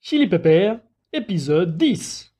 Chili Pepper, épisode 10.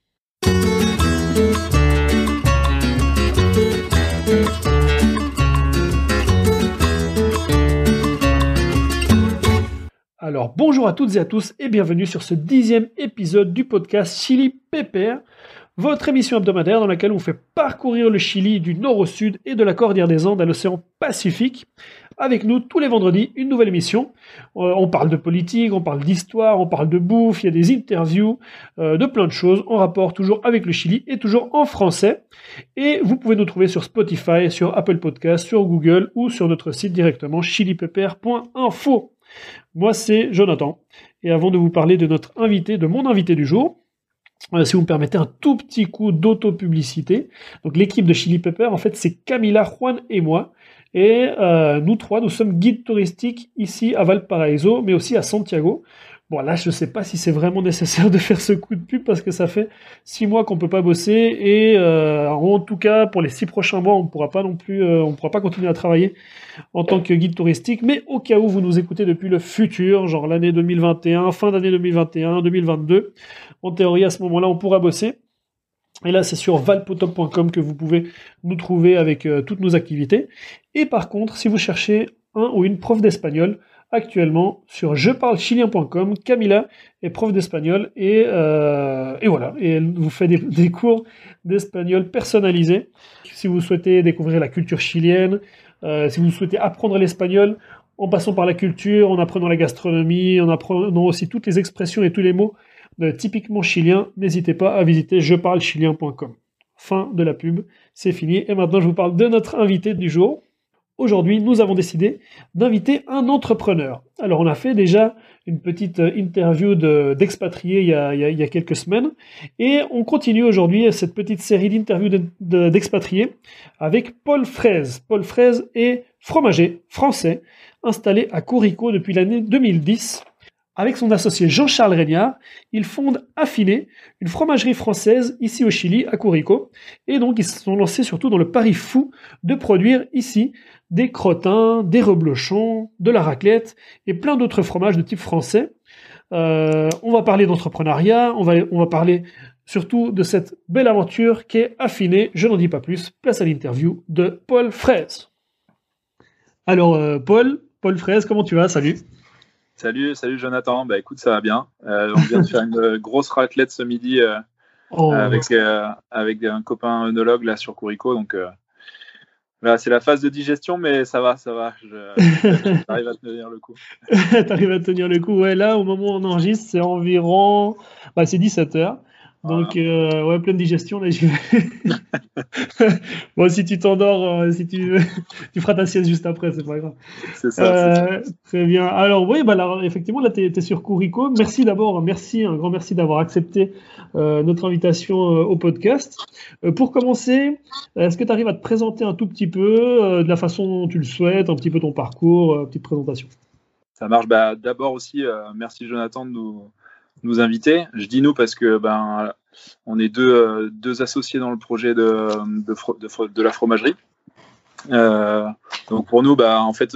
Alors bonjour à toutes et à tous et bienvenue sur ce 10e épisode du podcast Chili Pepper, votre émission hebdomadaire dans laquelle on fait parcourir le Chili du nord au sud et de la Cordillère des Andes à l'océan Pacifique. Avec nous, tous les vendredis, une nouvelle émission. On parle de politique, on parle d'histoire, on parle de bouffe, il y a des interviews, de plein de choses en rapport toujours avec le Chili et toujours en français. Et vous pouvez nous trouver sur Spotify, sur Apple Podcasts, sur Google ou sur notre site directement chilipepper.info. Moi, c'est Jonathan. Et avant de vous parler de notre invité, de mon invité du jour, si vous me permettez un tout petit coup d'auto-publicité. Donc l'équipe de Chili Pepper, en fait, c'est Camila, Juan et moi. Et nous trois, nous sommes guides touristiques ici à Valparaiso, mais aussi à Santiago. Bon, là, je ne sais pas si c'est vraiment nécessaire de faire ce coup de pub parce que ça fait 6 mois qu'on ne peut pas bosser et en tout cas, pour les 6 prochains mois, on ne pourra pas non plus, on ne pourra pas continuer à travailler en tant que guide touristique. Mais au cas où vous nous écoutez depuis le futur, genre l'année 2021, fin d'année 2021, 2022, en théorie, à ce moment-là, on pourra bosser. Et là, c'est sur valpotop.com que vous pouvez nous trouver avec toutes nos activités. Et par contre, si vous cherchez un ou une prof d'espagnol, actuellement, sur jeparlechilien.com, Camila est prof d'espagnol et voilà. Et elle vous fait des cours d'espagnol personnalisés. Si vous souhaitez découvrir la culture chilienne, si vous souhaitez apprendre l'espagnol, en passant par la culture, en apprenant la gastronomie, en apprenant aussi toutes les expressions et tous les mots typiquement chilien, n'hésitez pas à visiter jeparlechilien.com. Fin de la pub, c'est fini. Et maintenant, je vous parle de notre invité du jour. Aujourd'hui, nous avons décidé d'inviter un entrepreneur. Alors, on a fait déjà une petite interview d'expatriés il y a quelques semaines. Et on continue aujourd'hui cette petite série d'interviews d'expatriés avec Paul Fraise. Paul Fraise est fromager français, installé à Curico depuis l'année 2010. Avec son associé Jean-Charles Régnard, ils fondent Affiné, une fromagerie française ici au Chili, à Curico. Et donc, ils se sont lancés surtout dans le pari fou de produire ici des crottins, des reblochons, de la raclette et plein d'autres fromages de type français. On va parler d'entrepreneuriat, on va parler surtout de cette belle aventure qu'est Affiné. Je n'en dis pas plus, place à l'interview de Paul Fraise. Alors, Paul Fraise, comment tu vas? Salut. Salut Jonathan, bah écoute, ça va bien. On vient de faire une grosse raclette ce midi avec un copain œnologue là sur Curico, donc là, c'est la phase de digestion, mais ça va, j'arrive à tenir le coup. T'arrives à tenir le coup, ouais, là au moment où on enregistre, c'est environ, c'est 17h. Donc, ouais, pleine digestion, là, j'y vais. Bon, si tu t'endors, si tu feras ta sieste juste après, c'est pas grave. C'est ça. Très bien. Alors, oui, alors, effectivement, là, t'es sur Curico. Merci d'abord, un grand merci d'avoir accepté notre invitation au podcast. Pour commencer, est-ce que tu arrives à te présenter un tout petit peu, de la façon dont tu le souhaites, un petit peu ton parcours, petite présentation? Ça marche. Bah, d'abord aussi, merci Jonathan de nous inviter. Je dis nous parce que on est deux associés dans le projet de la fromagerie. Donc pour nous, en fait,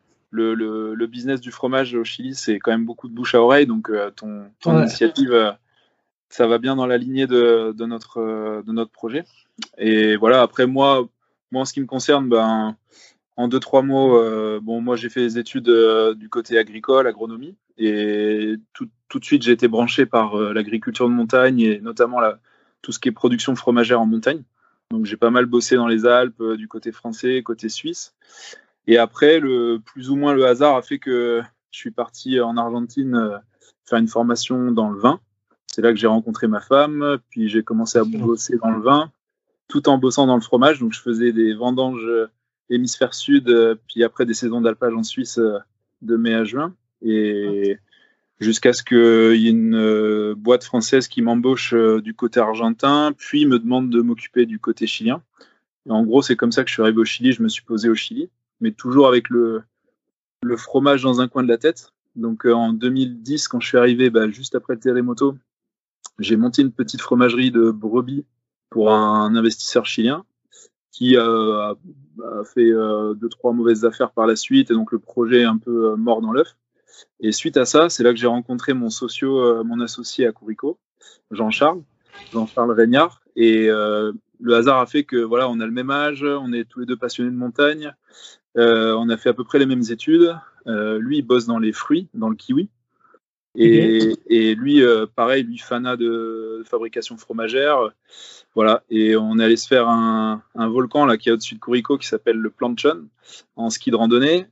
le business du fromage au Chili, c'est quand même beaucoup de bouche à oreille. Donc ton initiative, ça va bien dans la lignée de notre projet. Et voilà. Après moi, en ce qui me concerne, en 2-3 mots, moi j'ai fait des études du côté agricole, agronomie, et tout de suite j'ai été branché par l'agriculture de montagne et notamment tout ce qui est production fromagère en montagne. Donc j'ai pas mal bossé dans les Alpes, du côté français, côté suisse. Et après, plus ou moins le hasard a fait que je suis parti en Argentine faire une formation dans le vin. C'est là que j'ai rencontré ma femme, puis j'ai commencé à bosser dans le vin, tout en bossant dans le fromage. Donc je faisais des vendanges hémisphère sud, puis après des saisons d'alpage en Suisse de mai à juin, et jusqu'à ce qu'il y ait une boîte française qui m'embauche du côté argentin, puis me demande de m'occuper du côté chilien. Et en gros, c'est comme ça que je suis arrivé au Chili. Je me suis posé au Chili, mais toujours avec le fromage dans un coin de la tête. Donc en 2010, quand je suis arrivé, juste après le terremoto, j'ai monté une petite fromagerie de brebis pour un investisseur chilien qui a fait 2-3 mauvaises affaires par la suite, et donc le projet est un peu mort dans l'œuf. Et suite à ça, c'est là que j'ai rencontré mon associé à Courico, Jean-Charles Reignard. Et le hasard a fait que voilà, on a le même âge, on est tous les deux passionnés de montagne, on a fait à peu près les mêmes études. Lui, il bosse dans les fruits, dans le kiwi. Et lui, pareil, lui, fanat de fabrication fromagère. Voilà. Et on est allé se faire un volcan là, qui est au-dessus de Courico qui s'appelle le Planchon en ski de randonnée.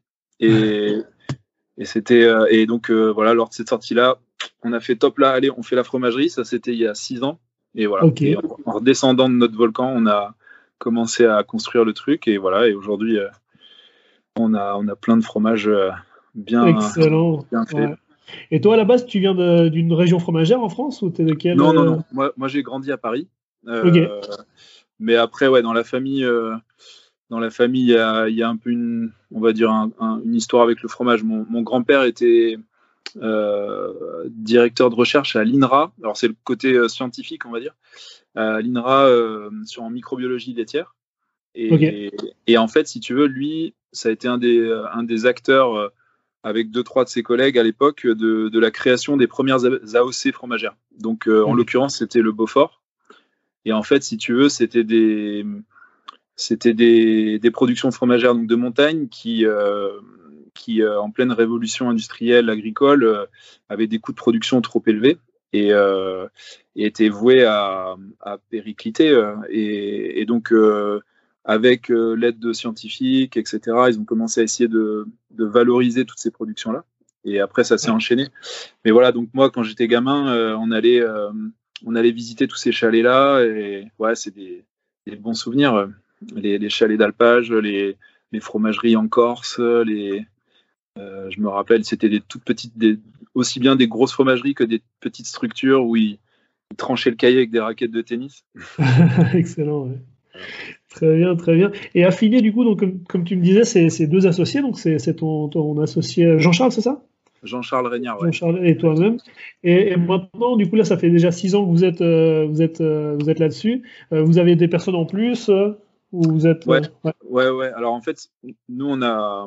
Et donc, voilà, lors de cette sortie-là, on a fait top là, allez, on fait la fromagerie. Ça, c'était il y a 6 ans. Et voilà. Et en redescendant de notre volcan, on a commencé à construire le truc. Et voilà. Et aujourd'hui, on a plein de fromages bien faits. Ouais. Et toi, à la base, tu viens d'une région fromagère en France ou t'es de quelle? Non. Moi, j'ai grandi à Paris. Mais après, ouais, dans la famille, il y a un peu on va dire une histoire avec le fromage. Mon grand-père était directeur de recherche à l'INRA. Alors c'est le côté scientifique, on va dire, à l'INRA en microbiologie laitière. Et en fait, si tu veux, lui, ça a été un des acteurs avec 2-3 de ses collègues à l'époque de la création des premières AOC fromagères. Donc en l'occurrence, c'était le Beaufort. Et en fait, si tu veux, c'était des productions fromagères donc de montagne qui en pleine révolution industrielle agricole avaient des coûts de production trop élevés et étaient voués à péricliter. Et donc, avec l'aide de scientifiques, etc., ils ont commencé à essayer de valoriser toutes ces productions-là. Et après, ça s'est enchaîné. Mais voilà, donc moi, quand j'étais gamin, on allait visiter tous ces chalets-là. Et ouais, c'est des bons souvenirs. Les chalets d'alpage, les fromageries en Corse, je me rappelle, c'était des toutes petites, aussi bien des grosses fromageries que des petites structures où ils tranchaient le caillé avec des raquettes de tennis. Excellent, ouais. Très bien, très bien. Et affilié, du coup, donc, comme tu me disais, c'est 2 associés, donc c'est ton associé Jean-Charles, c'est ça? Jean-Charles Reignard, ouais. Jean-Charles et toi-même. Et maintenant, du coup, là, ça fait déjà 6 ans que vous êtes là-dessus. Vous avez des personnes en plus ou vous êtes ouais. Alors en fait, nous on a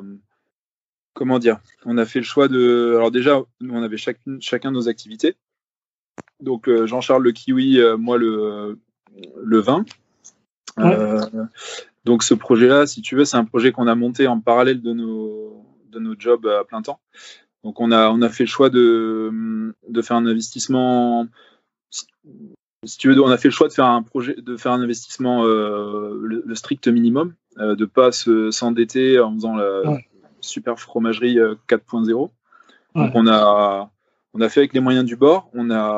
fait le choix de. Alors déjà, nous on avait chacun nos activités. Donc Jean-Charles le kiwi, moi le vin. Donc ce projet-là, si tu veux, c'est un projet qu'on a monté en parallèle de nos jobs à plein temps. Donc on a fait le choix de faire un investissement. Si tu veux, on a fait le choix de faire un investissement le strict minimum, de pas s'endetter en faisant la super fromagerie 4.0. Donc on a fait avec les moyens du bord.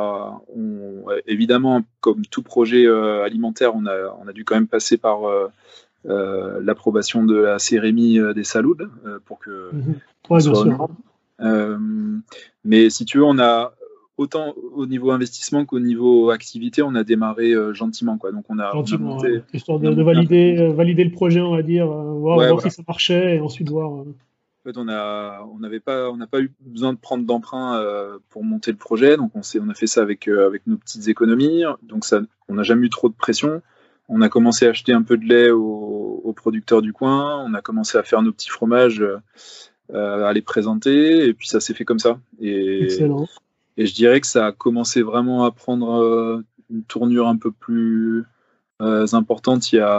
Évidemment, comme tout projet alimentaire, on a dû quand même passer par l'approbation de la CRMI des Salouds pour que soit aux normes. Mais si tu veux, on a autant au niveau investissement qu'au niveau activité, on a démarré gentiment, quoi. Donc on a monté, histoire de valider le projet, on va dire, voir si ça marchait et ensuite voir. En fait, on n'a pas eu besoin de prendre d'emprunt pour monter le projet, donc on a fait ça avec nos petites économies. Donc ça, on n'a jamais eu trop de pression. On a commencé à acheter un peu de lait aux producteurs du coin. On a commencé à faire nos petits fromages, à les présenter, et puis ça s'est fait comme ça. Excellent. Et je dirais que ça a commencé vraiment à prendre une tournure un peu plus importante il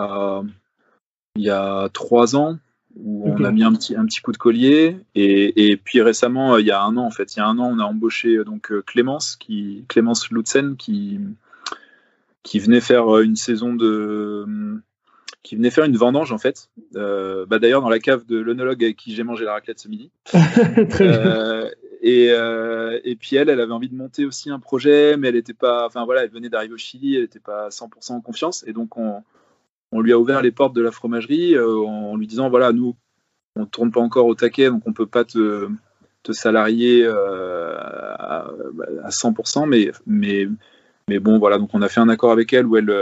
y a 3 ans, où on a mis un petit coup de collier. Et puis récemment, il y a 1 an, en fait, on a embauché donc Clémence Lutzen qui venait faire une saison qui venait faire une vendange, en fait. D'ailleurs, dans la cave de l'œnologue avec qui j'ai mangé la raclette ce midi. Très bien. Et puis elle avait envie de monter aussi un projet, mais elle était pas, enfin voilà, elle venait d'arriver au Chili, elle n'était pas 100% en confiance, et donc on lui a ouvert les portes de la fromagerie en lui disant voilà, nous on tourne pas encore au taquet, donc on peut pas te salarier à 100%, mais bon voilà, donc on a fait un accord avec elle où elle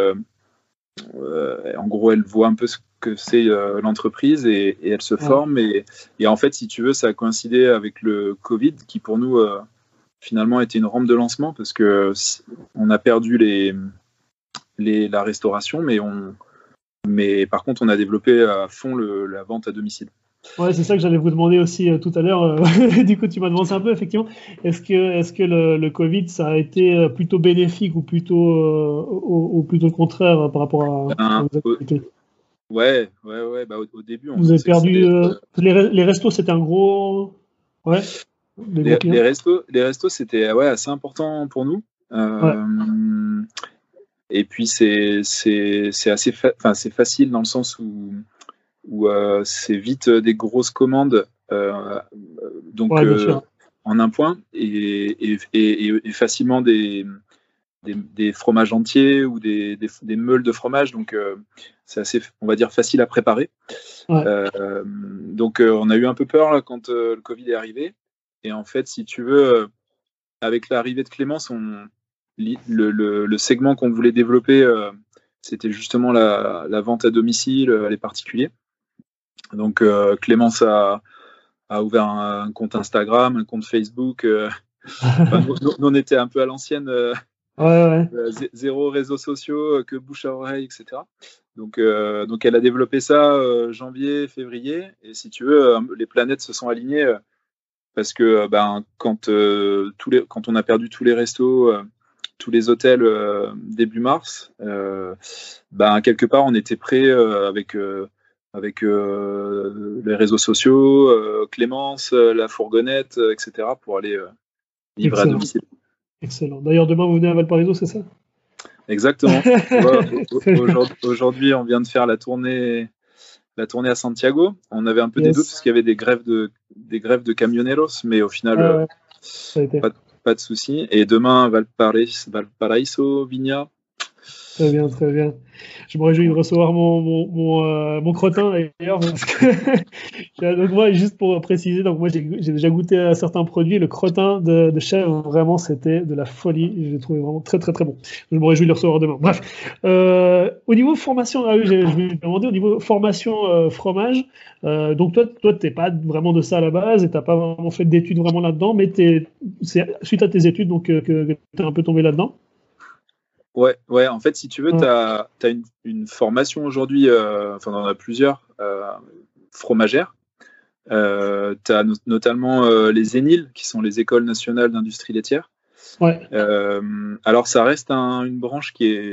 en gros elle voit un peu ce que c'est l'entreprise et elle se forme et en fait, si tu veux, ça a coïncidé avec le Covid qui pour nous finalement était une rampe de lancement parce que on a perdu la restauration, mais par contre on a développé à fond la vente à domicile. Ouais, c'est ça que j'allais vous demander aussi tout à l'heure. Du coup, tu m'as demandé un peu, effectivement. Est-ce que le Covid, ça a été plutôt bénéfique ou ou plutôt le contraire par rapport à Ben, vos activités? ouais. Bah, au début, on Vous avez pensait que perdu. c'était Les restos, c'était un gros. Ouais, des gros clients. les restos, c'était ouais, assez important pour nous. Ouais, Et puis c'est assez enfin, c'est facile dans le sens où c'est vite des grosses commandes, donc ouais, bien sûr. en un point et facilement des fromages entiers ou des meules de fromage, donc c'est assez, on va dire, facile à préparer. Ouais, Donc on a eu un peu peur là, quand le Covid est arrivé. Et en fait, si tu veux, avec l'arrivée de Clémence, le segment qu'on voulait développer, c'était justement la vente à domicile à les particuliers. Donc Clémence a ouvert un compte Instagram, un compte Facebook. Enfin, nous, on était un peu à l'ancienne, ouais, ouais. zéro réseaux sociaux, que bouche à oreille, etc. Donc elle a développé ça janvier, février. Et si tu veux, les planètes se sont alignées parce que ben, quand on a perdu tous les restos, tous les hôtels début mars, ben, quelque part on était prêt avec les réseaux sociaux, Clémence, la fourgonnette, etc. pour aller livrer à Excellent. domicile. Excellent. D'ailleurs, demain, vous venez à Valparaiso, c'est ça? Exactement. Tu vois, Très bien. aujourd'hui, on vient de faire la tournée à Santiago. On avait un peu des doutes Yes. parce qu'il y avait des grèves de camioneros, mais au final, Ouais, ouais, ça a été. pas, pas de souci. Et demain, Valparaiso, Vigna. Très bien, très bien. Je me réjouis de recevoir mon crottin d'ailleurs parce que donc moi juste pour préciser, donc moi j'ai déjà goûté à certains produits. Le crottin de chèvre, vraiment c'était de la folie. Je l'ai trouvé vraiment très très très bon. Je me réjouis de le recevoir demain. Bref, au niveau formation, ah oui, je vais demander au niveau formation fromage. Donc toi t'es pas vraiment de ça à la base et t'as pas vraiment fait d'études vraiment là-dedans, mais c'est suite à tes études donc que t'es un peu tombé là-dedans. Ouais, en fait, si tu veux, tu Ouais. as une formation aujourd'hui, enfin, on en a plusieurs, fromagères. Tu as notamment les ENIL, qui sont les écoles nationales d'industrie laitière. Ouais. Alors, ça reste une branche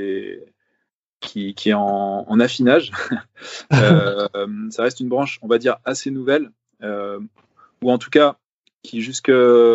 qui est en affinage. Ça reste une branche, on va dire, assez nouvelle, ou en tout cas, qui jusque.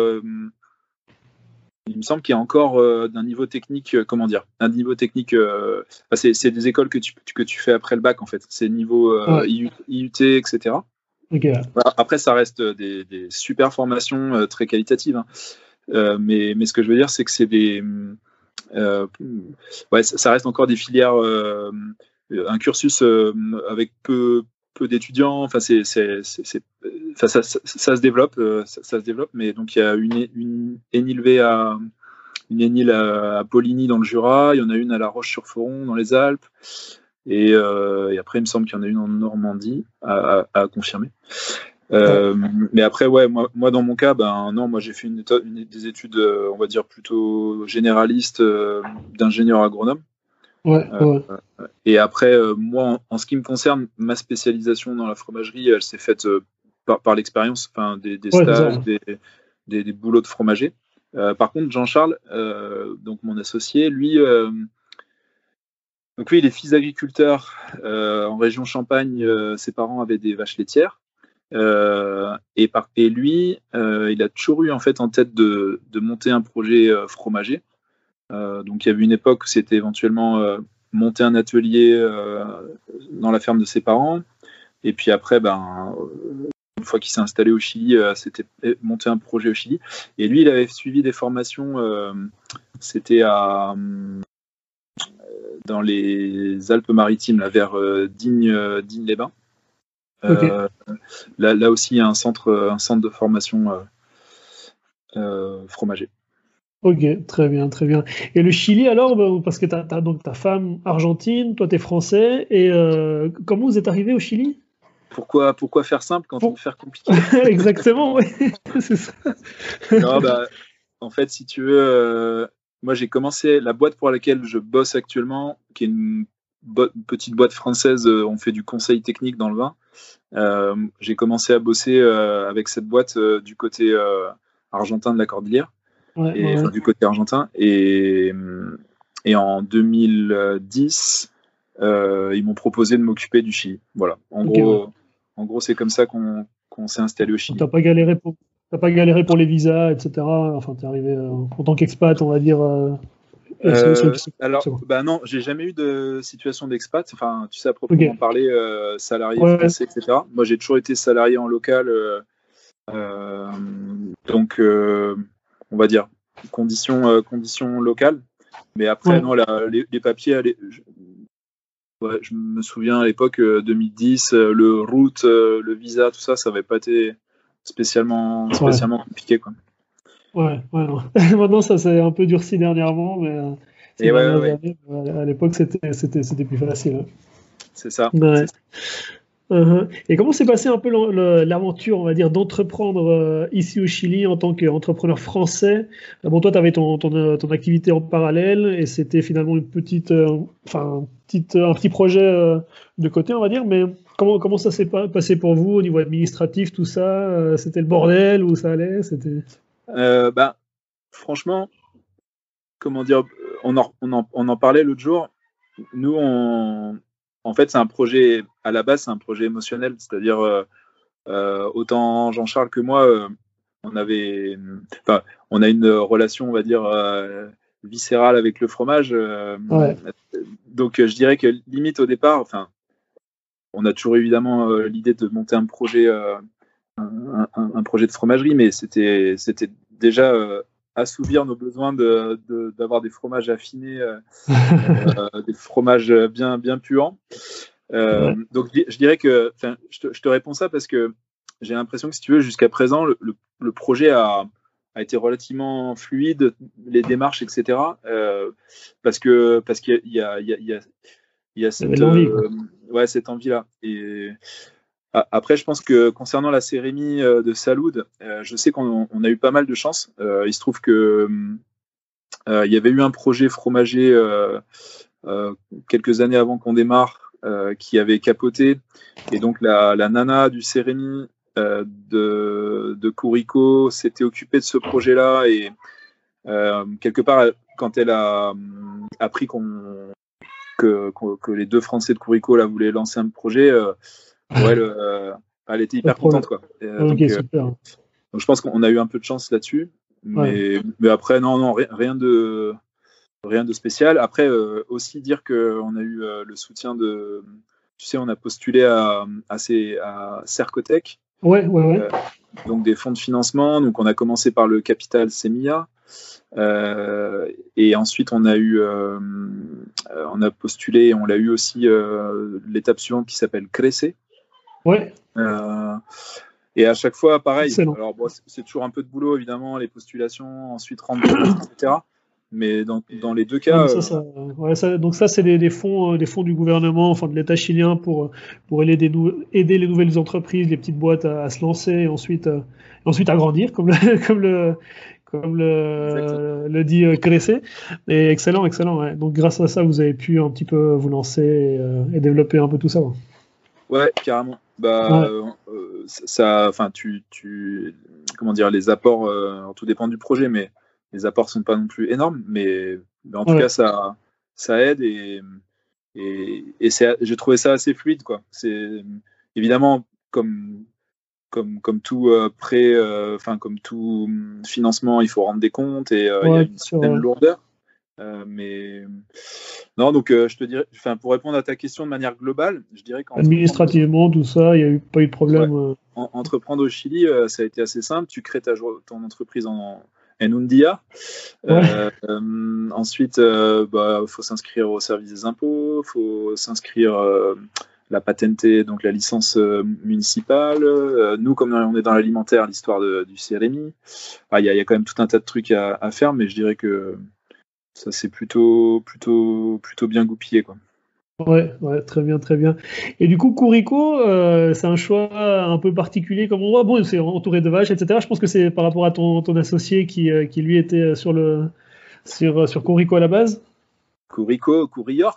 Il me semble qu'il y a encore d'un niveau technique, comment dire, un niveau technique. Enfin, c'est des écoles que tu fais après le bac, en fait. C'est niveau Ouais. IUT, etc. Ok. Voilà. Après, ça reste des super formations très qualitatives, hein. Mais ce que je veux dire, c'est que c'est euh, ouais, ça reste encore des filières, un cursus avec peu d'étudiants. Enfin, enfin, ça se développe, ça se développe. Mais donc, il y a une une ENIL à Poligny dans le Jura, il y en a une à La Roche-sur-Foron dans les Alpes. Et après, il me semble qu'il y en a une en Normandie à confirmer. Ouais. Mais après, ouais, moi dans mon cas, ben non, moi j'ai fait des études, on va dire plutôt généralistes, d'ingénieur agronome. Ouais. Euh, Ouais. et après, moi, en ce qui me concerne, ma spécialisation dans la fromagerie, elle s'est faite par l'expérience, enfin des Ouais, c'est ça. stages, des boulots de fromager. Par contre, Jean-Charles, donc mon associé, donc lui, il est fils d'agriculteur en région Champagne. Ses parents avaient des vaches laitières. Et lui, il a toujours eu en fait en tête de monter un projet fromager. Donc il y avait une époque où c'était éventuellement monter un atelier dans la ferme de ses parents. Et puis après, ben, une fois qu'il s'est installé au Chili, c'était monter un projet au Chili. Et lui, il avait suivi des formations. C'était dans les Alpes-Maritimes, là, vers Digne-les-Bains. Ok. Euh, là aussi, il y a un centre de formation fromager. Ok, très bien, très bien. Et le Chili alors, bah, parce que tu as, donc ta femme argentine, toi tu es français, et comment vous êtes arrivé au Chili? Pourquoi faire simple quand on Pour... peut faire compliqué? Exactement, oui, c'est ça. Non, bah, en fait, si tu veux, moi j'ai commencé la boîte pour laquelle je bosse actuellement, qui est petite boîte française, on fait du conseil technique dans le vin. J'ai commencé à bosser avec cette boîte du côté argentin de la Cordillère, enfin, du côté argentin. Et en 2010, ils m'ont proposé de m'occuper du Chili. Voilà. En gros, c'est comme ça qu'on s'est installé au Chili. T'as pas galéré pour les visas, etc. Enfin, t'es arrivé en tant qu'expat, on va dire. Alors, non, j'ai jamais eu de situation d'expat. Enfin, tu sais, à proprement parler, salarié français, etc. Moi, j'ai toujours été salarié en local. Donc, on va dire conditions locales. Mais après, non, les papiers, je me souviens à l'époque 2010, le route, le visa, tout ça, ça n'avait pas été spécialement compliqué, quoi. Non. Maintenant, ça s'est un peu durci dernièrement, mais années, à l'époque, c'était plus facile. Hein. C'est ça. Ouais. Et comment s'est passé un peu l'aventure, on va dire, d'entreprendre ici au Chili en tant qu'entrepreneur français? Bon, toi, tu avais ton activité en parallèle et c'était finalement un petit projet de côté, on va dire. Mais comment ça s'est passé pour vous au niveau administratif, tout ça? C'était le bordel ou ça allait? Franchement, comment dire, on en parlait l'autre jour. Nous, en fait, c'est un projet, à la base, c'est un projet émotionnel. C'est-à-dire, autant Jean-Charles que moi, on a une relation, on va dire, viscérale avec le fromage. Donc, je dirais que limite au départ, on a toujours évidemment l'idée de monter un projet, un projet de fromagerie, mais c'était déjà assouvir nos besoins d'avoir des fromages affinés, des fromages bien puants. Donc je dirais que je te réponds ça parce que j'ai l'impression que, si tu veux, jusqu'à présent, le projet a été relativement fluide, les démarches, etc. Parce qu'il y a cette envie-là. Et après, je pense que concernant la cérémonie de Salud, je sais qu'on a eu pas mal de chance. Il se trouve que il y avait eu un projet fromager quelques années avant qu'on démarre qui avait capoté. Et donc, la nana du cérémonie de Curico s'était occupée de ce projet-là. Et quelque part, quand elle a appris que les deux Français de Curico là, voulaient lancer un projet, elle était hyper contente, quoi. Donc, je pense qu'on a eu un peu de chance là-dessus, mais après non, rien de spécial. Après, aussi dire qu'on a eu le soutien de, tu sais, on a postulé à Cercotec, donc des fonds de financement. Donc on a commencé par le capital Semilla. Et ensuite on a postulé, on l'a eu aussi l'étape suivante qui s'appelle Crece. Et à chaque fois, pareil. Alors, c'est toujours un peu de boulot, évidemment, les postulations, ensuite rendre des comptes, etc. Mais dans les deux cas. Donc ça, c'est des fonds du gouvernement, enfin de l'État chilien pour aider les nouvelles entreprises, les petites boîtes à se lancer et ensuite à grandir, comme le dit Crece. Et excellent. Ouais. Donc grâce à ça, vous avez pu un petit peu vous lancer et développer un peu tout ça. Ouais, carrément. Ça, comment dire, les apports, tout dépend du projet, mais les apports sont pas non plus énormes, mais en tout cas, ça aide et j'ai trouvé ça assez fluide, quoi. C'est évidemment comme tout prêt, comme tout financement, il faut rendre des comptes et il y a une certaine lourdeur. Mais non, donc je te dirais, pour répondre à ta question de manière globale, je dirais qu'administrativement, tout ça, il n'y a pas eu de problème. Entreprendre au Chili, ça a été assez simple. Tu crées ton entreprise en un dia. Ensuite, faut s'inscrire au service des impôts, faut s'inscrire la patente, donc la licence municipale. Nous, comme on est dans l'alimentaire, l'histoire du CRMI. Il y a quand même tout un tas de trucs à faire, mais je dirais que ça c'est plutôt bien goupillé, quoi. Ouais, très bien. Et du coup, Curico, c'est un choix un peu particulier, comme on voit. Bon, c'est entouré de vaches, etc. Je pense que c'est par rapport à ton associé qui lui était sur Curico à la base. Curico, Curiorc.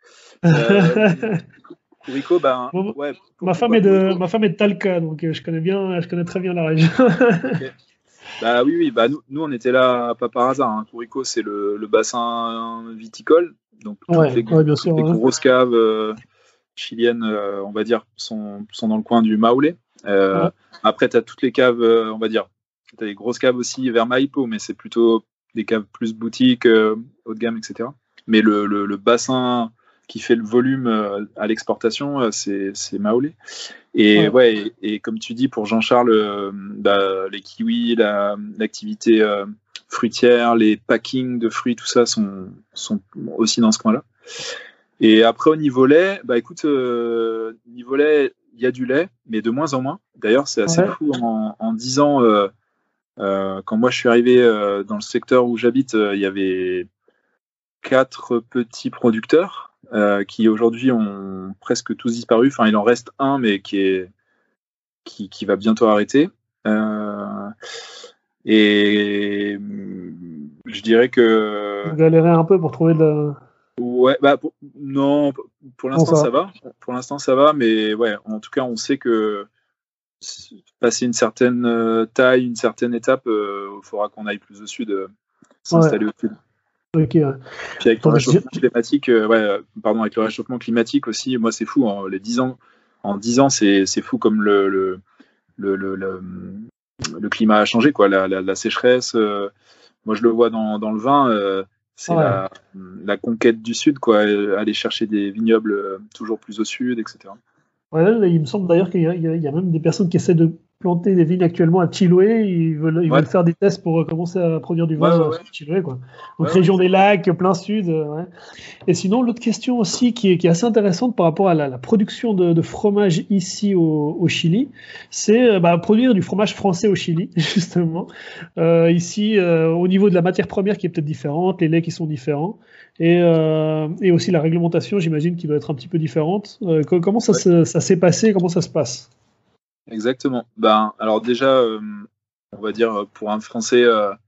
Curico, ben, Bon, ouais. ma femme est de Talca, donc je connais très bien la région. Okay. Bah oui, bah nous on était là pas par hasard. Hein. Curico, c'est le bassin viticole, donc toutes les bien sûr. grosses caves chiliennes, on va dire, sont dans le coin du Maule. Après, tu as toutes les caves, on va dire, tu as des grosses caves aussi vers Maipo, mais c'est plutôt des caves plus boutiques, haut de gamme, etc. Mais le bassin qui fait le volume à l'exportation, c'est Maule. Et et comme tu dis, pour Jean-Charles, les kiwis, l'activité fruitière, les packings de fruits, tout ça sont aussi dans ce coin-là. Et après, au niveau lait, bah écoute, niveau lait, il y a du lait, mais de moins en moins. D'ailleurs, c'est assez fou. En 10 ans, quand moi je suis arrivé dans le secteur où j'habite, il y avait 4 petits producteurs qui aujourd'hui ont presque tous disparu. Enfin, il en reste un, mais qui va bientôt arrêter. Et je dirais que... Vous galérez un peu pour trouver de... Ouais, bah non, pour l'instant ça va. Pour l'instant ça va, mais ouais, en tout cas on sait que passer une certaine taille, une certaine étape, il faudra qu'on aille plus au sud, s'installer au sud. Okay, Puis avec le réchauffement climatique, avec le réchauffement climatique aussi, moi c'est fou. Hein, en 10 ans, c'est fou comme le climat a changé, quoi. La sécheresse, moi je le vois dans le vin. C'est la conquête du sud, quoi. Aller chercher des vignobles toujours plus au sud, etc. Ouais, là, il me semble d'ailleurs qu'il y a même des personnes qui essaient de planter des vignes actuellement à Chiloé. Ils veulent faire des tests pour commencer à produire du vin à Chiloé, quoi. Donc région des lacs, plein sud. Et sinon, l'autre question aussi qui est assez intéressante par rapport à la production de fromage ici au Chili, c'est produire du fromage français au Chili, justement. Ici, au niveau de la matière première qui est peut-être différente, les laits qui sont différents, et aussi la réglementation, j'imagine, qui doit être un petit peu différente. Comment ça s'est passé? Comment ça se passe? Exactement. Alors déjà, on va dire pour un Français,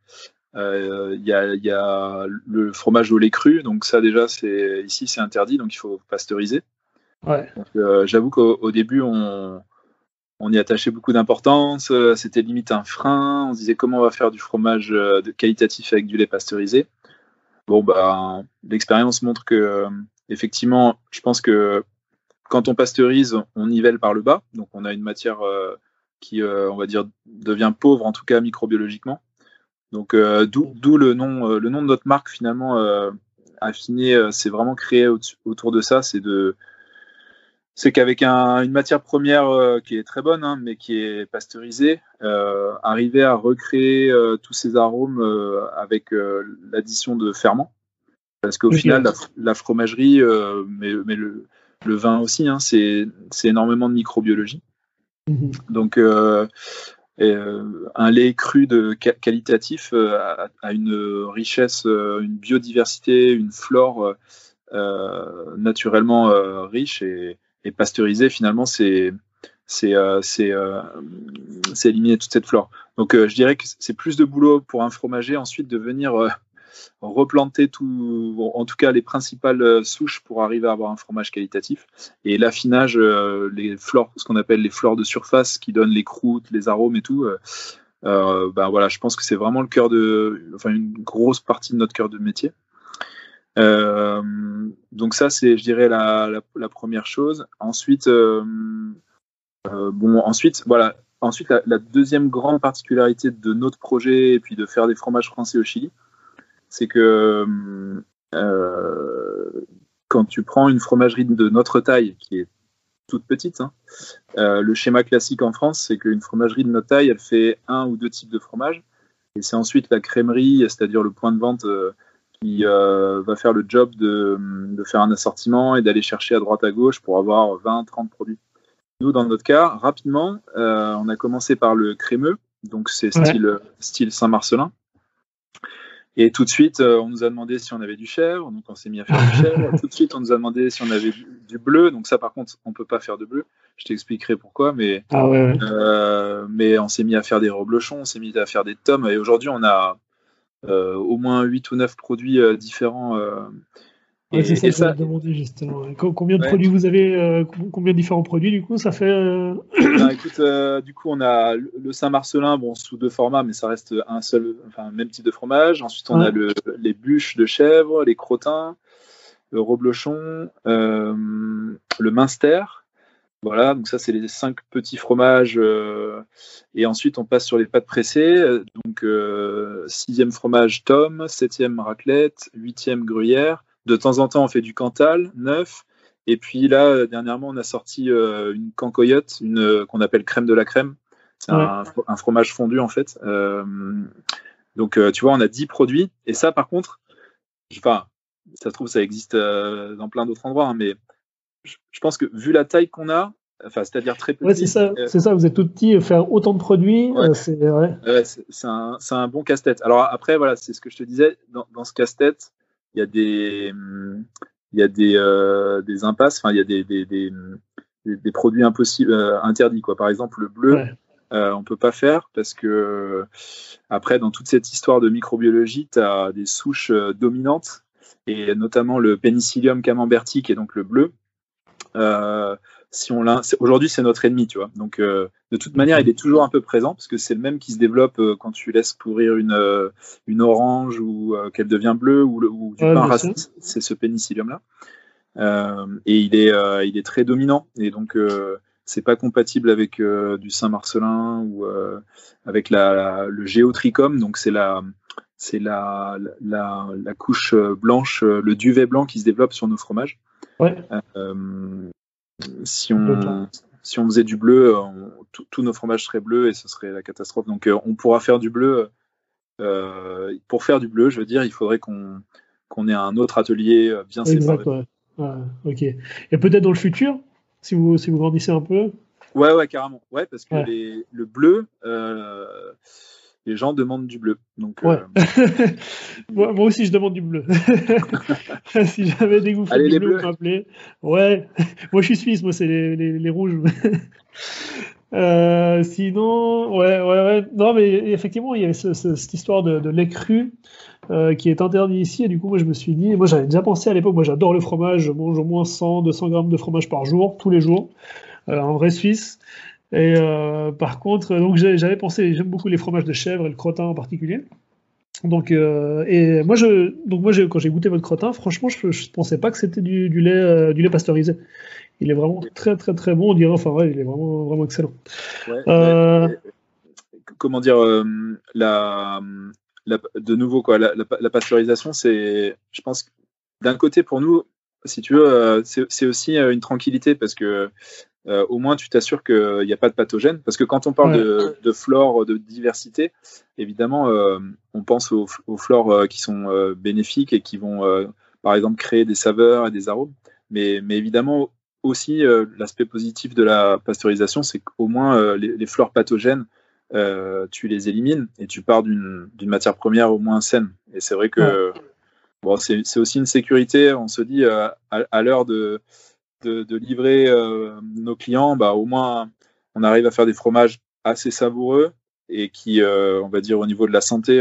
il y a le fromage au lait cru, donc ça déjà ici c'est interdit, donc il faut pasteuriser. Donc, j'avoue qu'au début on y attachait beaucoup d'importance, c'était limite un frein, on se disait comment on va faire du fromage qualitatif avec du lait pasteurisé. Bon l'expérience montre que effectivement, je pense que quand on pasteurise, on nivelle par le bas, donc on a une matière qui, on va dire, devient pauvre, en tout cas microbiologiquement. Donc d'où le nom de notre marque finalement affiné, c'est vraiment créé autour de ça, c'est qu'avec une matière première qui est très bonne, hein, mais qui est pasteurisée, arriver à recréer tous ces arômes avec l'addition de ferments, parce qu'au final la fromagerie, mais le vin aussi, hein, c'est énormément de microbiologie. Donc un lait cru qualitatif a une richesse, une biodiversité, une flore naturellement riche, et pasteurisé finalement c'est éliminer toute cette flore. Donc je dirais que c'est plus de boulot pour un fromager ensuite de venir replanter en tout cas les principales souches pour arriver à avoir un fromage qualitatif, et l'affinage, les flores, ce qu'on appelle les flores de surface qui donnent les croûtes, les arômes et tout. Voilà, je pense que c'est vraiment une grosse partie de notre cœur de métier. Donc ça c'est, je dirais, la première chose. Ensuite ensuite la deuxième grande particularité de notre projet et puis de faire des fromages français au Chili, c'est que quand tu prends une fromagerie de notre taille, qui est toute petite, hein, le schéma classique en France, c'est qu'une fromagerie de notre taille, elle fait 1 ou 2 types de fromage, et c'est ensuite la crèmerie, c'est-à-dire le point de vente, qui va faire le job de faire un assortiment et d'aller chercher à droite à gauche pour avoir 20-30 produits. Nous, dans notre cas, rapidement, on a commencé par le crémeux, donc c'est style Saint-Marcelin. Et tout de suite, on nous a demandé si on avait du chèvre, donc on s'est mis à faire du chèvre. Tout de suite, on nous a demandé si on avait du bleu, donc ça, par contre, on peut pas faire de bleu. Je t'expliquerai pourquoi, mais mais on s'est mis à faire des reblochons, on s'est mis à faire des tomes, et aujourd'hui, on a au moins 8 ou 9 produits différents Ouais, c'est ça Et que j'allais ça, te demander justement. Combien de ouais. produits vous avez, combien de différents produits du coup, ça fait Ben, écoute, du coup, on a le Saint-Marcelin, bon, sous deux formats, mais ça reste un seul, enfin, même type de fromage. Ensuite, on a ouais, les bûches de chèvre, les crottins, le reblochon, le Münster. Voilà, donc ça, c'est les 5 petits fromages. Et ensuite, on passe sur les pâtes pressées. Donc, 6e fromage Tom, 7e raclette, 8e gruyère. De temps en temps, on fait du Cantal, 9. Et puis là, dernièrement, on a sorti une cancoyote, qu'on appelle crème de la crème. C'est ouais. un fromage fondu, en fait. Donc, tu vois, on a 10 produits. Et ça, par contre, enfin, ça se trouve, ça existe dans plein d'autres endroits, hein, mais je pense que vu la taille qu'on a, enfin, c'est-à-dire très Ouais, petit, c'est ça, vous êtes tout petit, faire autant de produits, ouais, c'est ouais. ouais, c'est un bon casse-tête. Alors après, voilà, c'est ce que je te disais, dans ce casse-tête, il y a des impasses, enfin, il y a des produits impossibles, interdits, quoi. Par exemple, le bleu, Ouais. on peut pas faire parce que après, dans toute cette histoire de microbiologie, tu as des souches dominantes, et notamment le Penicillium camemberti, qui est donc le bleu. Si on aujourd'hui, c'est notre ennemi, tu vois. Donc, de toute manière, il est toujours un peu présent parce que c'est le même qui se développe quand tu laisses pourrir une orange ou qu'elle devient bleue, ou du Ouais, pain bien sûr. raciste, c'est ce pénicillium-là. Et il est très dominant. Et donc, c'est pas compatible avec du Saint-Marcelin ou avec le géotrichum. Donc, c'est la couche blanche, le duvet blanc qui se développe sur nos fromages. Ouais, Si on peut pas. on faisait du bleu, tous nos fromages seraient bleus et ce serait la catastrophe. Donc, on pourra faire du bleu. Pour faire du bleu, je veux dire, il faudrait qu'on ait un autre atelier bien Exact, séparé. ouais. Ouais, ok. Et peut-être dans le futur, si vous grandissez un peu. Ouais, carrément. Ouais, parce que Ouais, le bleu, les gens demandent du bleu. Donc, ouais. Moi aussi, je demande du bleu. Si jamais dès que vous faites allez du les bleu, vous bleus. m'appelez. Ouais. Moi, je suis suisse, moi, c'est les rouges. Sinon, ouais. Non, mais effectivement, il y avait cette histoire de lait cru qui est interdit ici. Et du coup, moi, je me suis dit, moi, j'avais déjà pensé à l'époque, moi, j'adore le fromage. Je mange au moins 100, 200 grammes de fromage par jour, tous les jours. Un vrai Suisse. Et par contre, donc j'avais pensé, j'aime beaucoup les fromages de chèvre et le crottin en particulier. Donc, et moi, quand j'ai goûté votre crottin, franchement, je pensais pas que c'était du lait pasteurisé. Il est vraiment très, très, très bon. On dirait, enfin, ouais, il est vraiment, vraiment excellent. Ouais, mais Euh, comment dire, de nouveau, quoi, la pasteurisation, je pense, d'un côté, pour nous, si tu veux, c'est aussi une tranquillité parce que au moins tu t'assures qu'il n'y a pas de pathogènes. Parce que quand on parle ouais, de flore, de diversité, évidemment, on pense aux flores qui sont bénéfiques et qui vont, par exemple, créer des saveurs et des arômes. Mais évidemment, aussi, l'aspect positif de la pasteurisation, c'est qu'au moins les flores pathogènes, tu les élimines et tu pars d'une matière première au moins saine. Et c'est vrai ouais. que bon, c'est aussi une sécurité. On se dit, à l'heure de livrer nos clients, bah, au moins on arrive à faire des fromages assez savoureux et qui, on va dire, au niveau de la santé,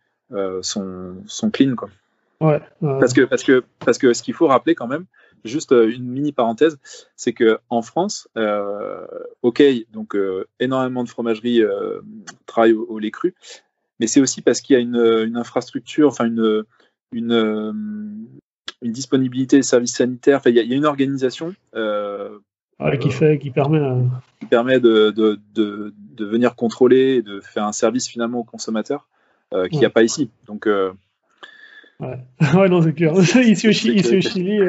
sont clean, quoi. Ouais, Parce que ce qu'il faut rappeler quand même, juste une mini parenthèse, c'est que en France, ok, donc énormément de fromageries travaillent au lait cru, mais c'est aussi parce qu'il y a une infrastructure, enfin une, euh, une disponibilité des services sanitaires. Enfin, il y a une organisation ouais, qui permet. qui permet de venir contrôler et de faire un service finalement aux consommateurs qu'il n'y a Ouais, pas ici. Donc, ouais. Ouais, non, c'est clair. c'est Ici au sécurité. Chili,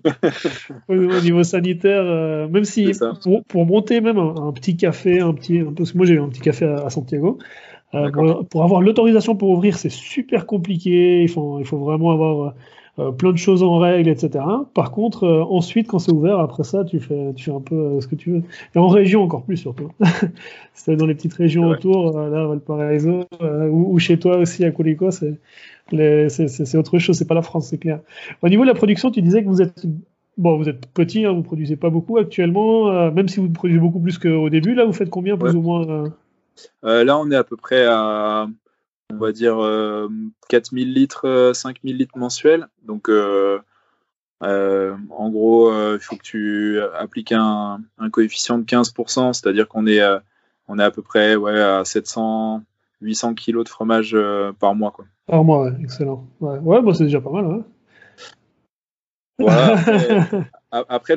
au niveau sanitaire, même C'est si ça. pour monter même un petit café, parce que moi j'ai eu un petit café à Santiago, D'accord. pour avoir l'autorisation pour ouvrir, c'est super compliqué. Il faut vraiment avoir plein de choses en règle, etc. Par contre, ensuite, quand c'est ouvert, après ça, tu fais un peu ce que tu veux. Et en région encore plus surtout. C'est dans les petites régions C'est vrai. autour, là, Valparaiso, ou chez toi aussi à Colico, c'est autre chose. C'est pas la France, c'est clair. Au niveau de la production, tu disais que vous êtes petit, hein, vous produisez pas beaucoup actuellement, même si vous produisez beaucoup plus qu'au début. Là, vous faites combien plus Ouais. ou moins Là, on est à peu près à, on va dire, 4000 litres, 5000 litres mensuels. Donc, En gros, il faut que tu appliques un coefficient de 15%, c'est-à-dire qu'on est à peu près à 700-800 kilos de fromage par mois, quoi. Par mois, ouais, excellent. Ouais, bah, c'est déjà pas mal. Hein. Voilà, après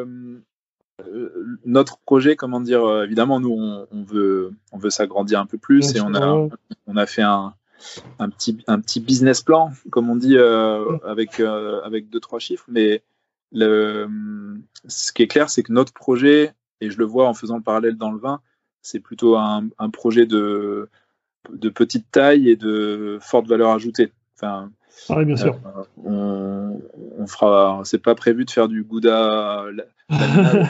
notre projet, comment dire, évidemment, nous, on veut s'agrandir un peu plus, et on a fait un petit business plan, comme on dit, avec 2-3 chiffres. Mais ce qui est clair, c'est que notre projet, et je le vois en faisant le parallèle dans le vin, c'est plutôt un projet de petite taille et de forte valeur ajoutée. Enfin, oui, bien sûr. on fera. C'est pas prévu de faire du gouda laminal.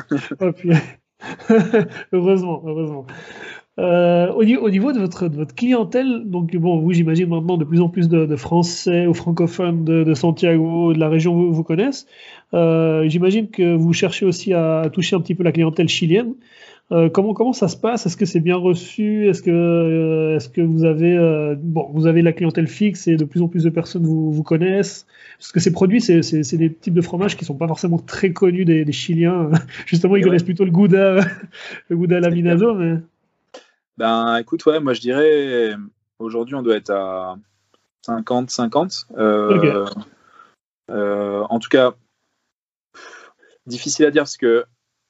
Heureusement. Au niveau de votre clientèle, donc bon, vous, j'imagine maintenant de plus en plus de Français ou francophones de Santiago, de la région vous connaissent. J'imagine que vous cherchez aussi à toucher un petit peu la clientèle chilienne. Comment ça se passe? Est-ce que c'est bien reçu? Est-ce que vous avez la clientèle fixe et de plus en plus de personnes vous connaissent? Parce que ces produits, c'est des types de fromages qui sont pas forcément très connus des Chiliens. Justement, ils connaissent plutôt le gouda laminado, mais... Ben, écoute, moi je dirais, aujourd'hui on doit être à 50-50. Okay. En tout cas, difficile à dire parce que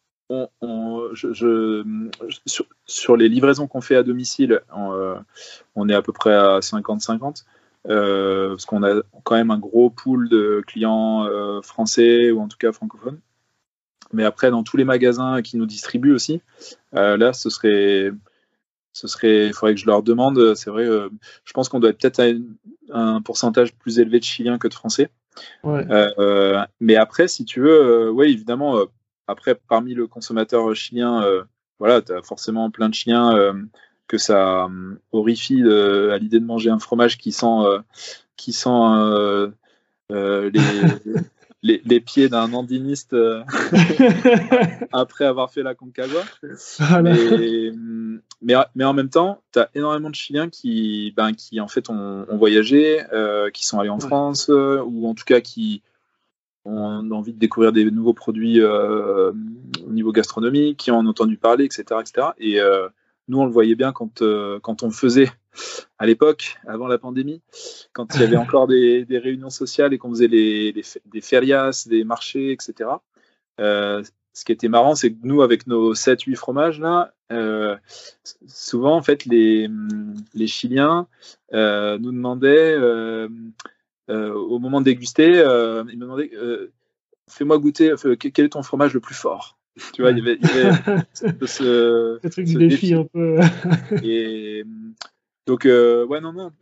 sur les livraisons qu'on fait à domicile, on est à peu près à 50-50. Parce qu'on a quand même un gros pool de clients français ou en tout cas francophones. Mais après, dans tous les magasins qui nous distribuent aussi, là, il faudrait que je leur demande. C'est vrai, je pense qu'on doit être peut-être à un pourcentage plus élevé de Chiliens que de Français. Ouais. Mais après, si tu veux, oui, évidemment, après, parmi le consommateur chilien, voilà, tu as forcément plein de Chiliens que ça horrifie à l'idée de manger un fromage qui sent les pieds d'un andiniste après avoir fait la Concagua. Voilà. Mais en même temps, tu as énormément de Chiliens qui en fait ont voyagé, qui sont allés en France, ou en tout cas qui ont envie de découvrir des nouveaux produits au niveau gastronomique, qui en ont entendu parler, etc. Et nous, on le voyait bien quand on faisait, à l'époque, avant la pandémie, quand il y avait encore des réunions sociales et qu'on faisait des ferias, des marchés, etc. Ce qui était marrant, c'est que nous, avec nos 7-8 fromages, là, souvent, en fait, les Chiliens nous demandaient, au moment de déguster, ils me demandaient fais-moi goûter, quel est ton fromage le plus fort? Tu vois, il y avait ce truc du défi un peu. Et donc, non.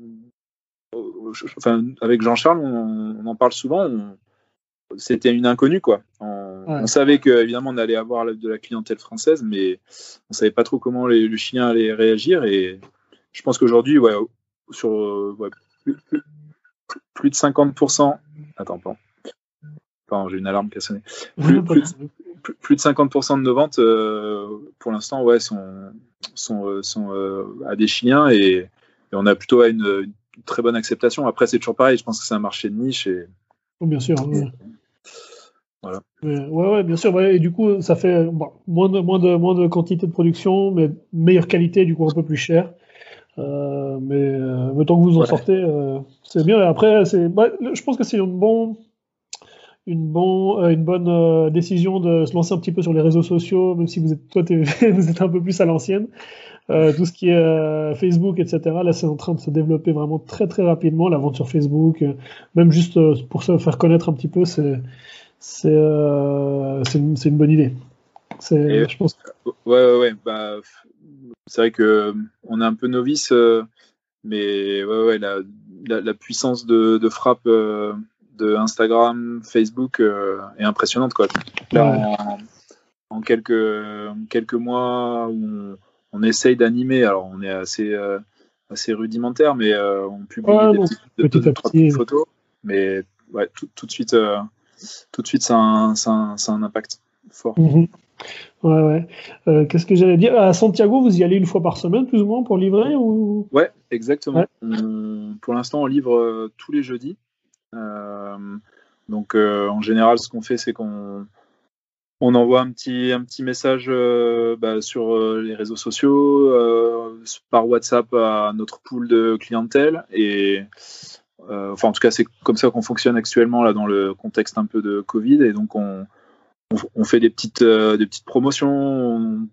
Avec Jean-Charles, on en parle souvent. C'était une inconnue, quoi. On savait qu'évidemment, on allait avoir de la clientèle française, mais on savait pas trop comment le Chilien allait réagir. Et je pense qu'aujourd'hui, sur plus de 50%. Attends, pardon, j'ai une alarme qui a sonné. Plus de 50% de nos ventes, pour l'instant, sont à des Chiliens, et on a plutôt une très bonne acceptation. Après, c'est toujours pareil. Je pense que c'est un marché de niche. Bien sûr. Voilà. Ouais, bien sûr. Ouais, et du coup, ça fait moins de quantité de production, mais meilleure qualité, du coup un peu plus cher. Mais tant que vous en sortez, c'est bien. Et après, je pense que c'est une bonne décision de se lancer un petit peu sur les réseaux sociaux, même si vous êtes un peu plus à l'ancienne. Tout ce qui est Facebook, etc. Là, c'est en train de se développer vraiment très très rapidement. La vente sur Facebook, même juste pour se faire connaître un petit peu, c'est une bonne idée. Je pense. Ouais. C'est vrai que on est un peu novice, mais la puissance de frappe de Instagram, Facebook est impressionnante, quoi. Là, en quelques mois où on essaye d'animer, alors on est assez rudimentaire, mais on publie des petites photos, mais tout de suite, ça a un impact fort. Mm-hmm. Ouais. Qu'est-ce que j'allais dire? À Santiago, vous y allez une fois par semaine, plus ou moins, pour livrer ou... Ouais, exactement. Ouais. Pour l'instant, on livre tous les jeudis. Donc en général, ce qu'on fait, c'est qu'on envoie un petit message sur les réseaux sociaux, par WhatsApp à notre pool de clientèle. Et en tout cas, c'est comme ça qu'on fonctionne actuellement là dans le contexte un peu de Covid. Et donc on fait des petites promotions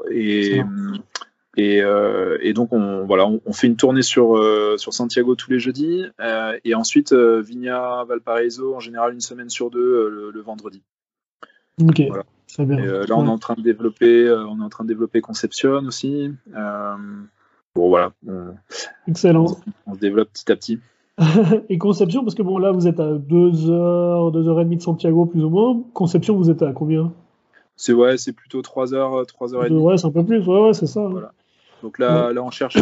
et donc on fait une tournée sur Santiago tous les jeudis et ensuite Vigna, Valparaiso en général une semaine sur deux le vendredi. Ok, voilà. Très bien. Et là on est en train de développer Conception aussi. Voilà. Excellent. On se développe petit à petit. Et Conception, parce que bon là vous êtes à 2h30 de Santiago plus ou moins. Conception, vous êtes à combien? C'est plutôt 3h30. Ouais, c'est un peu plus, ouais, c'est ça. Voilà. Donc là on cherche,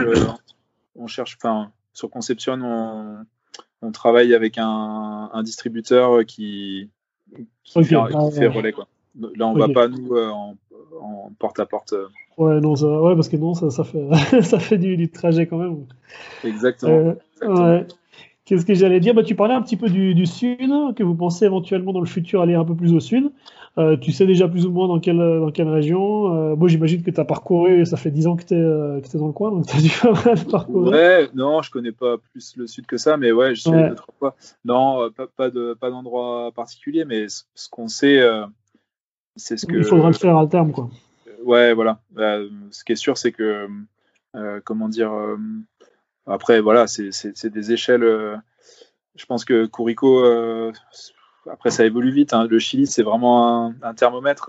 sur Conception, on travaille avec un distributeur qui fait relais, quoi. Là on va pas nous en porte à porte. Ouais, non, parce que non, ça fait ça fait du trajet quand même. Exactement. Ouais. Qu'est-ce que j'allais dire? Tu parlais un petit peu du sud, que vous pensez éventuellement dans le futur aller un peu plus au sud. Tu sais déjà plus ou moins dans quelle région? Moi, j'imagine que tu as parcouru, ça fait 10 ans que tu es dans le coin, donc tu as dû pas mal parcourir. Ouais, non, je connais pas plus le sud que ça, mais ouais, je sais 2-3 fois. Non, pas d'endroit particulier, mais ce qu'on sait, c'est ce que... Il faudra le faire à terme, quoi. Ouais, voilà. Ce qui est sûr, c'est que, comment dire... après, voilà, c'est des échelles... je pense que Curico... après, ça évolue vite. Hein. Le Chili, c'est vraiment un thermomètre.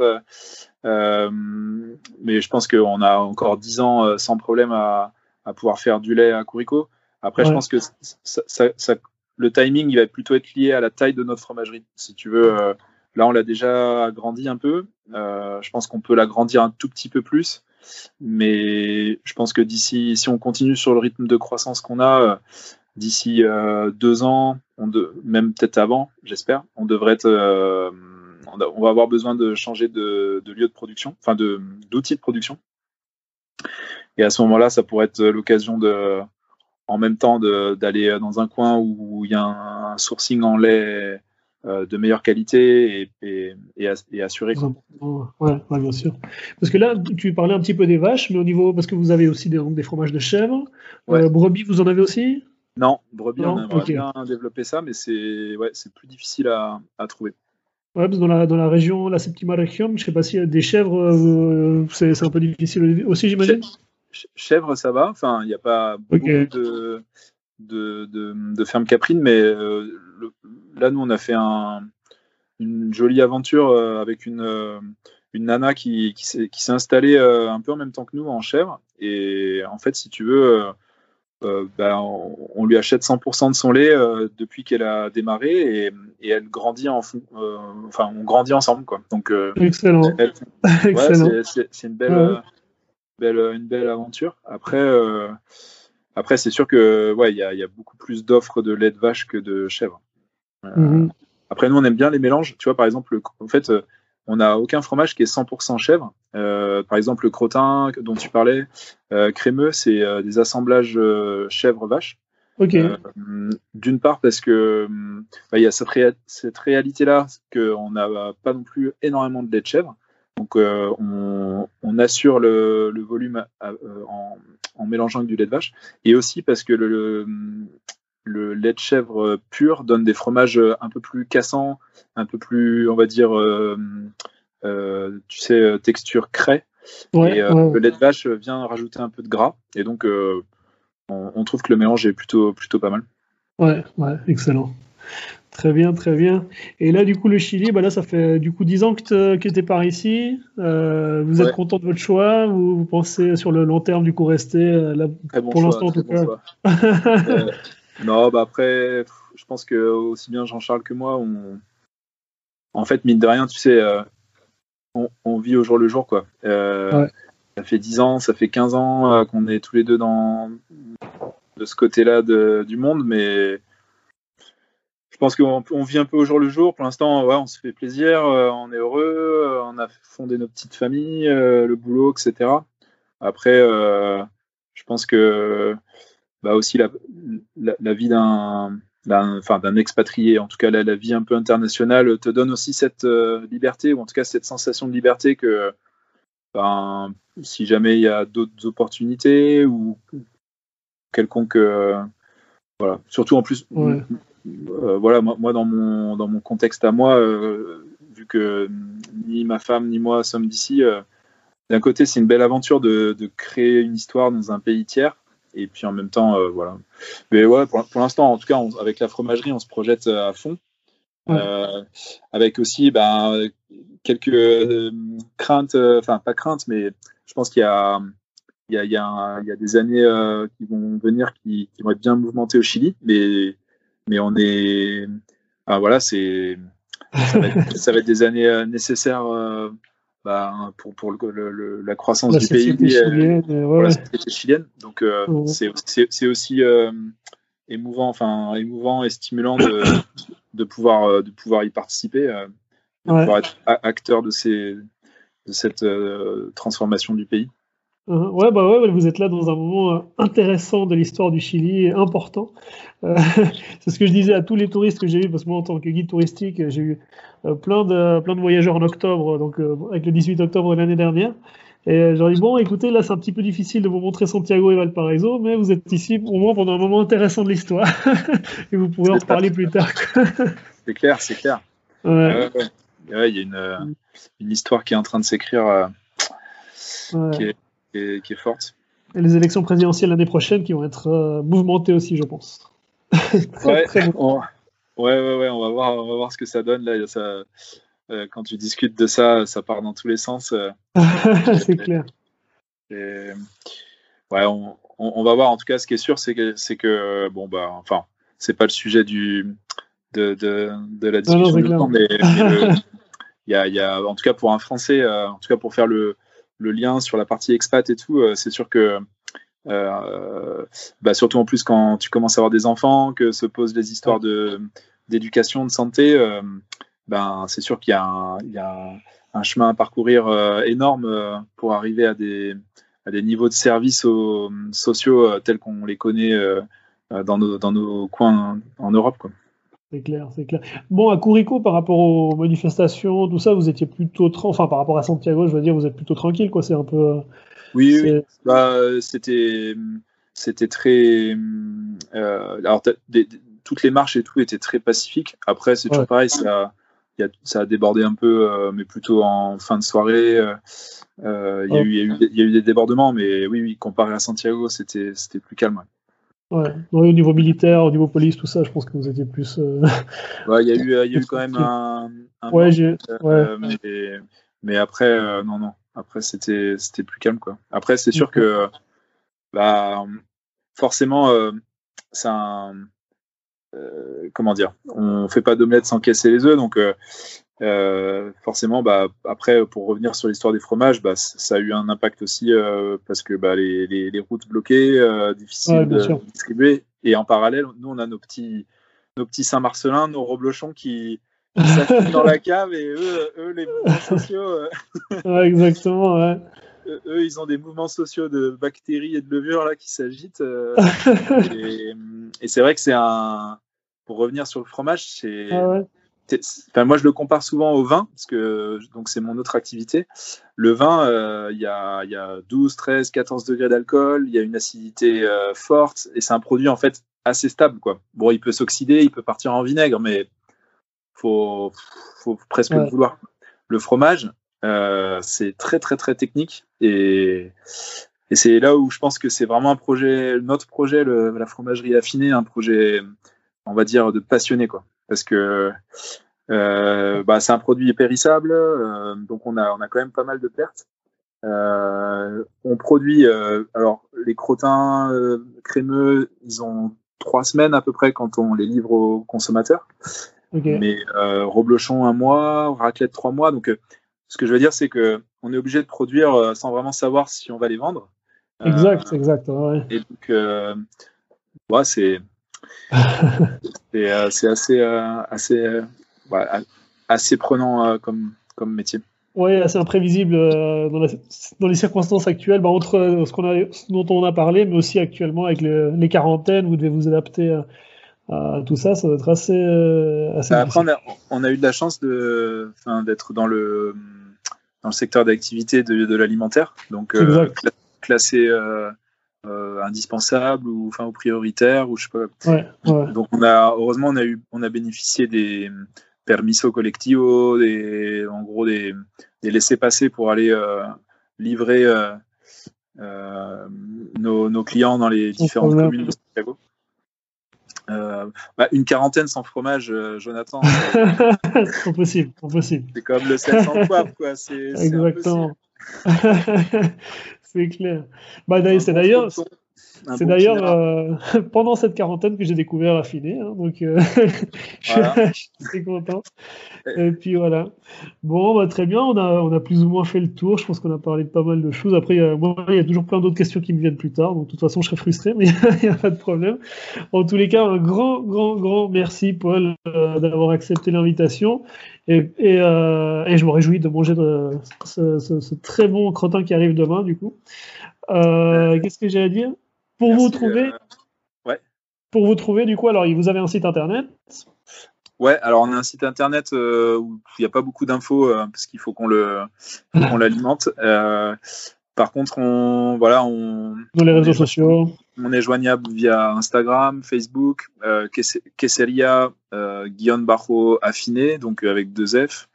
Mais je pense qu'on a encore 10 ans sans problème à pouvoir faire du lait à Curico. Après, je pense que le timing, il va plutôt être lié à la taille de notre fromagerie. Si tu veux, là, on l'a déjà agrandi un peu. Je pense qu'on peut l'agrandir un tout petit peu plus. Mais je pense que si on continue sur le rythme de croissance qu'on a, d'ici 2 ans, même peut-être avant, j'espère, on devrait être... on va avoir besoin de changer de lieu de production, enfin d'outils de production. Et à ce moment-là, ça pourrait être l'occasion en même temps d'aller dans un coin où il y a un sourcing en lait de meilleure qualité et assuré. Ouais, bien sûr. Parce que là, tu parlais un petit peu des vaches, mais au niveau, parce que vous avez aussi des fromages de chèvre. Brebis, vous en avez aussi? Non, brebis, on aimerait bien développer ça, mais c'est plus difficile à trouver. Ouais, parce que dans la région, la Septima Región, je ne sais pas s'il y a des chèvres, c'est un peu difficile aussi, j'imagine. Chèvres, ça va. Enfin, il n'y a pas beaucoup de fermes caprines, mais là, nous, on a fait une jolie aventure avec une nana qui s'est installée un peu en même temps que nous en chèvre. Et en fait, si tu veux, on lui achète 100% de son lait depuis qu'elle a démarré et elle grandit on grandit ensemble, quoi. Donc excellent. Excellent. C'est une belle aventure. Après c'est sûr que il y a beaucoup plus d'offres de lait de vache que de chèvre. Après nous on aime bien les mélanges. Tu vois, par exemple, en fait on n'a aucun fromage qui est 100% chèvre. Par exemple, le crottin dont tu parlais, crémeux, c'est des assemblages chèvre-vache. D'une part parce que il y a cette réalité-là qu'on n'a pas non plus énormément de lait de chèvre. Donc on assure le volume en mélangeant avec du lait de vache. Et aussi parce que le lait de chèvre pur donne des fromages un peu plus cassants, un peu plus, on va dire, tu sais, texture craie. Le lait de vache vient rajouter un peu de gras. Et donc, on trouve que le mélange est plutôt pas mal. Ouais, excellent. Très bien, très bien. Et là, du coup, le Chili, là, ça fait du coup 10 ans que tu es par ici. Vous êtes content de votre choix ou vous pensez sur le long terme, du coup, rester là, pour l'instant, en tout cas? Non, après, je pense que aussi bien Jean-Charles que moi, en fait, mine de rien, tu sais, on vit au jour le jour, quoi. Ça fait 10 ans, ça fait 15 ans qu'on est tous les deux de ce côté-là du monde, mais je pense qu'on vit un peu au jour le jour. Pour l'instant, on se fait plaisir, on est heureux, on a fondé nos petites familles, le boulot, etc. Après, je pense que aussi la vie d'un d'un expatrié. En tout cas, la vie un peu internationale te donne aussi cette liberté, ou en tout cas cette sensation de liberté que si jamais il y a d'autres opportunités ou quelconque, voilà. Surtout en plus, voilà, moi dans mon contexte à moi, vu que ni ma femme ni moi sommes d'ici, d'un côté c'est une belle aventure de créer une histoire dans un pays tiers, et puis en même temps, voilà. Mais ouais, pour l'instant, en tout cas, avec la fromagerie, on se projette à fond. Avec aussi quelques craintes, enfin pas craintes, mais je pense qu'il y a des années qui vont venir qui vont être bien mouvementées au Chili, mais on est, voilà, ça va être des années nécessaires pour la croissance du pays, pour la société chilienne. Donc c'est aussi émouvant et stimulant de pouvoir y participer, de pouvoir être acteur de cette transformation du pays. Ouais, vous êtes là dans un moment intéressant de l'histoire du Chili, important. C'est ce que je disais à tous les touristes que j'ai eu, parce que moi, en tant que guide touristique, j'ai eu plein de voyageurs en octobre, donc avec le 18 octobre de l'année dernière. Et j'aurais dit, bon, écoutez, là, c'est un petit peu difficile de vous montrer Santiago et Valparaiso, mais vous êtes ici au moins pendant un moment intéressant de l'histoire. Et vous pourrez en reparler plus tard. C'est clair. Ouais. Il y a une histoire qui est en train de s'écrire, qui est forte. Et les élections présidentielles l'année prochaine qui vont être mouvementées aussi, je pense. Très bon. On va voir ce que ça donne là. Quand tu discutes de ça, ça part dans tous les sens. C'est clair. Ouais, on va voir. En tout cas, ce qui est sûr, c'est que enfin, c'est pas le sujet de la discussion. Mais il y a, en tout cas pour un Français, en tout cas pour faire le lien sur la partie expat et tout, c'est sûr que surtout en plus quand tu commences à avoir des enfants, que se posent les histoires d'éducation, de santé, c'est sûr qu'il y a un chemin à parcourir énorme pour arriver à des niveaux de services sociaux tels qu'on les connaît dans nos coins en Europe, quoi. C'est clair. Bon, à Curico, par rapport aux manifestations, tout ça, vous étiez plutôt enfin, par rapport à Santiago, je veux dire, vous êtes plutôt tranquille, quoi. C'est un peu. Oui. C'était très. Alors, toutes les marches et tout étaient très pacifiques. Après, c'est toujours pareil, ça a débordé un peu, mais plutôt en fin de soirée. Il y a eu des débordements, mais oui, comparé à Santiago, c'était plus calme. Ouais, au niveau militaire, au niveau police, tout ça, je pense que vous étiez plus. Il y a eu quand même un mais après, non. Après, c'était plus calme, quoi. Après, c'est sûr que forcément, c'est comment dire, on fait pas d'omelette sans casser les œufs, donc forcément, après, pour revenir sur l'histoire des fromages, ça a eu un impact aussi parce que les routes bloquées, difficiles de distribuer, et en parallèle, nous on a nos petits Saint-Marcelin, nos reblochons qui s'affinent dans la cave, et eux les mouvements sociaux. Exactement, ouais. Eux, ils ont des mouvements sociaux de bactéries et de levures là qui s'agitent, et c'est vrai que pour revenir sur le fromage, c'est. Moi, je le compare souvent au vin, parce que donc c'est mon autre activité. Le vin, il y a 12, 13, 14 degrés d'alcool, il y a une acidité forte, et c'est un produit en fait assez stable, quoi. Bon, il peut s'oxyder, il peut partir en vinaigre, mais faut presque le vouloir. Le fromage, c'est très très très technique, et c'est là où je pense que c'est vraiment notre projet, la fromagerie affinée, un projet, on va dire, de passionné, quoi. Parce que c'est un produit périssable, donc on a quand même pas mal de pertes. On produit, alors les crottins crémeux, ils ont 3 semaines à peu près quand on les livre aux consommateurs. Mais reblochon 1 mois, raclette 3 mois. Donc ce que je veux dire, c'est que on est obligé de produire sans vraiment savoir si on va les vendre. Exact. Ouais. Et donc c'est assez prenant comme métier. Oui, assez imprévisible dans les circonstances actuelles, entre ce dont on a parlé, mais aussi actuellement avec les quarantaines, vous devez vous adapter tout ça, ça doit être assez Après, difficile. on a eu de la chance d'être dans le secteur d'activité de l'alimentaire, donc Exact. classé indispensable ou prioritaire, ou je sais pas. Ouais, ouais. Donc heureusement on a bénéficié des permiso collectivo, en gros des laissez-passer pour aller livrer nos clients dans les différentes communes de Chicago. Une quarantaine sans fromage, Jonathan. C'est impossible. C'est comme le sel sans poivre, quoi. C'est Exactement. C'est clair. C'est d'ailleurs pendant cette quarantaine que j'ai découvert l'affiné, hein, donc voilà. je suis content. Et puis voilà. Bon, très bien, on a plus ou moins fait le tour. Je pense qu'on a parlé de pas mal de choses. Après, moi, il y a toujours plein d'autres questions qui me viennent plus tard. Donc, de toute façon, je serai frustré, mais il n'y a pas de problème. En tous les cas, un grand merci, Paul, d'avoir accepté l'invitation. Et je me réjouis de manger ce très bon crottin qui arrive demain, du coup. Qu'est-ce que j'allais dire? Pour merci, vous trouver, du coup, alors, vous avez un site internet? Ouais, alors on a un site internet où il n'y a pas beaucoup d'infos parce qu'il faut qu'on l'alimente. Par contre, dans les réseaux sociaux. On est joignable via Instagram, Facebook, Queseria, Guillaume Barro affiné, donc avec 2 F.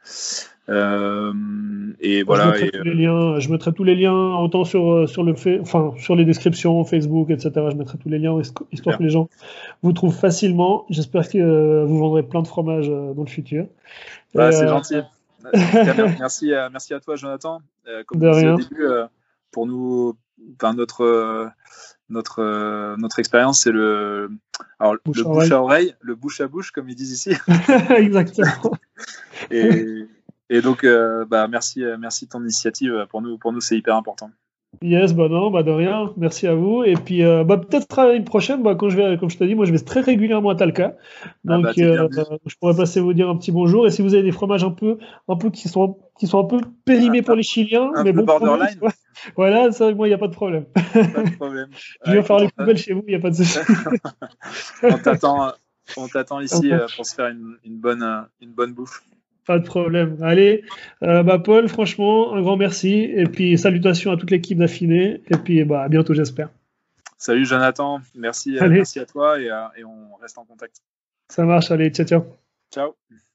Et voilà. Je mettrai tous les liens autant sur les descriptions Facebook, etc. Je mettrai tous les liens histoire que les gens vous trouvent facilement. J'espère que vous vendrez plein de fromages dans le futur. C'est gentil. Merci à toi, Jonathan. Comme de rien. Au début, pour nous, notre expérience, c'est le bouche à oreille, le bouche à bouche, comme ils disent ici. Exactement. Et donc, merci de ton initiative. Pour nous, c'est hyper important. Yes, de rien. Merci à vous. Et puis, peut-être une prochaine, comme je t'ai dit, moi, je vais très régulièrement à Talca. Donc, je pourrais passer vous dire un petit bonjour. Et si vous avez des fromages un peu qui sont un peu périmés pour les Chiliens, mais bon, borderline. Voilà, ça, moi, il n'y a pas de problème. Pas de problème. Je viens faire les poubelles chez vous, il n'y a pas de souci. On t'attend ici pour se faire une bonne bouffe. Pas de problème. Allez, Paul, franchement, un grand merci. Et puis, salutations à toute l'équipe d'Affiné. Et puis, à bientôt, j'espère. Salut, Jonathan. Merci à toi et on reste en contact. Ça marche. Allez, ciao. Ciao.